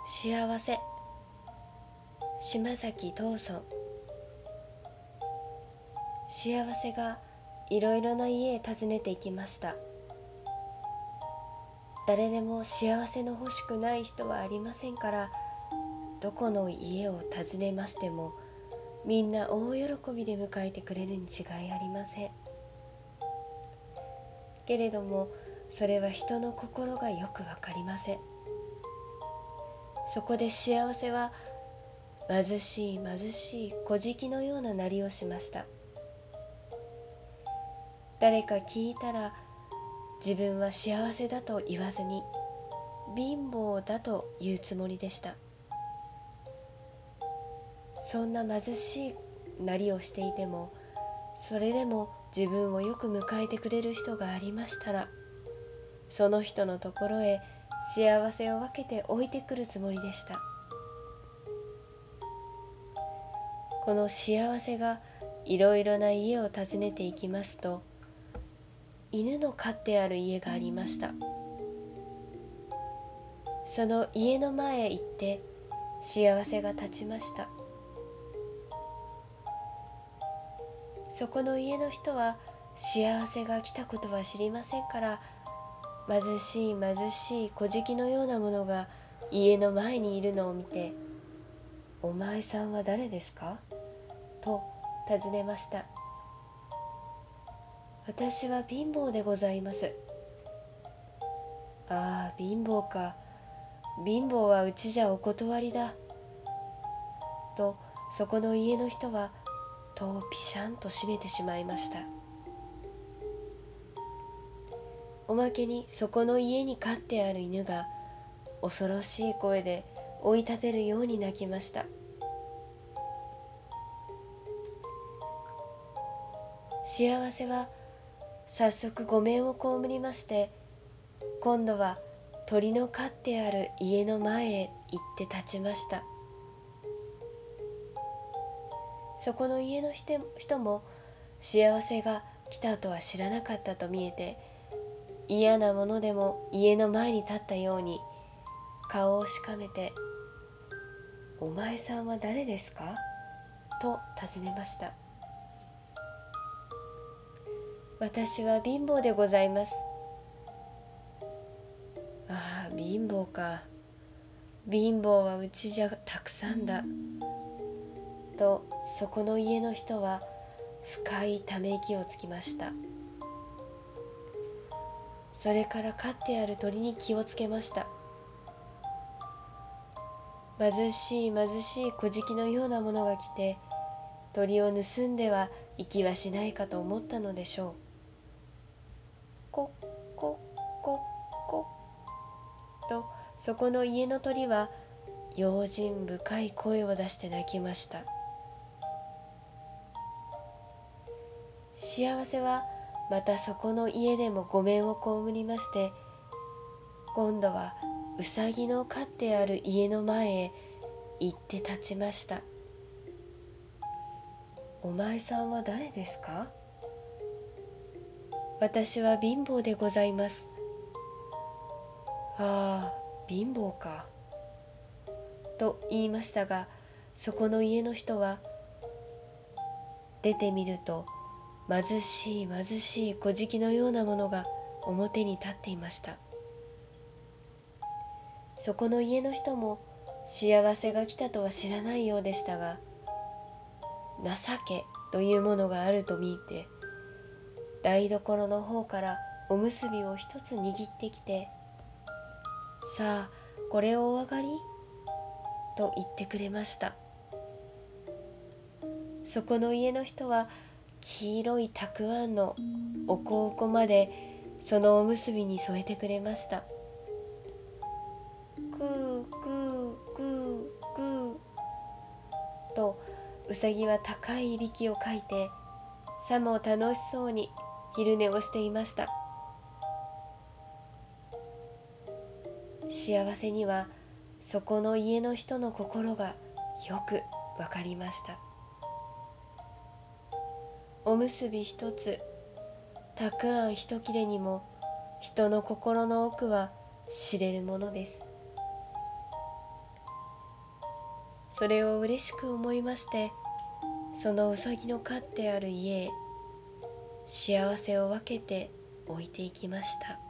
幸せ、島崎藤村。幸せがいろいろな家へ訪ねていきました。誰でも幸せの欲しくない人はありませんから、どこの家を訪ねましてもみんな大喜びで迎えてくれるに違いありません。けれどもそれは人の心がよくわかりません。そこで幸せは貧しい貧しい小じのようななりをしました。誰か聞いたら自分は幸せだと言わずに貧乏だと言うつもりでした。そんな貧しいなりをしていても、それでも自分をよく迎えてくれる人がありましたら、その人のところへ幸せを分けて置いてくるつもりでした。この幸せがいろいろな家を訪ねていきますと、犬の飼ってある家がありました。その家の前へ行って幸せが立ちました。そこの家の人は幸せが来たことは知りませんから、貧しい貧しい小じのようなものが家の前にいるのを見て、お前さんは誰ですかと尋ねました。私は貧乏でございます。ああ、貧乏か。貧乏はうちじゃお断りだ。とそこの家の人は戸をピシャンと閉めてしまいました。おまけにそこの家に飼ってある犬が恐ろしい声で追い立てるように鳴きました。幸せは早速ごめんを被りまして、今度は鳥の飼ってある家の前へ行って立ちました。そこの家の人も幸せが来たとは知らなかったと見えて、嫌なものでも家の前に立ったように顔をしかめて、お前さんは誰ですかと尋ねました。私は貧乏でございます。ああ、貧乏か。貧乏はうちじゃたくさんだ。とそこの家の人は深いため息をつきました。それから飼ってある鳥に気をつけました。貧しい貧しい小じのようなものが来て、鳥を盗んでは行きはしないかと思ったのでしょう。コッコッコッコッとそこの家の鳥は用心深い声を出して鳴きました。幸せはまたそこの家でもごめんを被りまして、今度はうさぎの飼ってある家の前へ行って立ちました。お前さんは誰ですか？私は貧乏でございます。ああ、貧乏か。と言いましたが、そこの家の人は、出てみると貧しい貧しい小じのようなものが表に立っていました。そこの家の人も幸せが来たとは知らないようでしたが、情けというものがあると見て、台所の方からおむすびを一つ握ってきて、さあこれをお上がりと言ってくれました。そこの家の人は黄色いたくあんのおこおこまでそのおむすびに添えてくれました。グーグーグーグーとうさぎは高いいびきをかいて、さも楽しそうに昼寝をしていました。幸せにはそこの家の人の心がよくわかりました。おむすび一つ、たくあん一切れにも人の心の奥は知れるものです。 それを嬉しく思いまして、そのうさぎの飼ってある家へ幸せを分けて置いていきました。